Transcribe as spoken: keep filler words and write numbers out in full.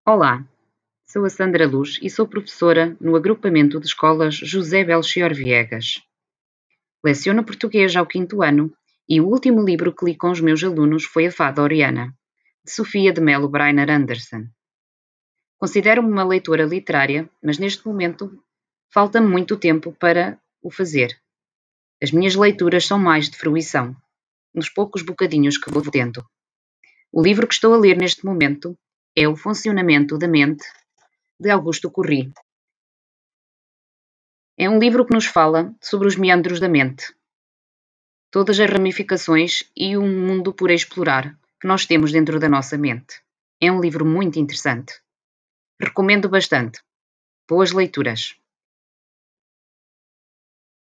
Olá, sou a Sandra Luz e sou professora no agrupamento de escolas José Belchior Viegas. Leciono português ao quinto ano e o último livro que li com os meus alunos foi A Fada Oriana, de Sofia de Mello Briner Anderson. Considero-me uma leitora literária, mas neste momento falta-me muito tempo para o fazer. As minhas leituras são mais de fruição, nos poucos bocadinhos que vou tendo. O livro que estou a ler neste momento é O Funcionamento da Mente, de Augusto Corri. É um livro que nos fala sobre os meandros da mente, todas as ramificações e o mundo por explorar que nós temos dentro da nossa mente. É um livro muito interessante. Recomendo bastante. Boas leituras.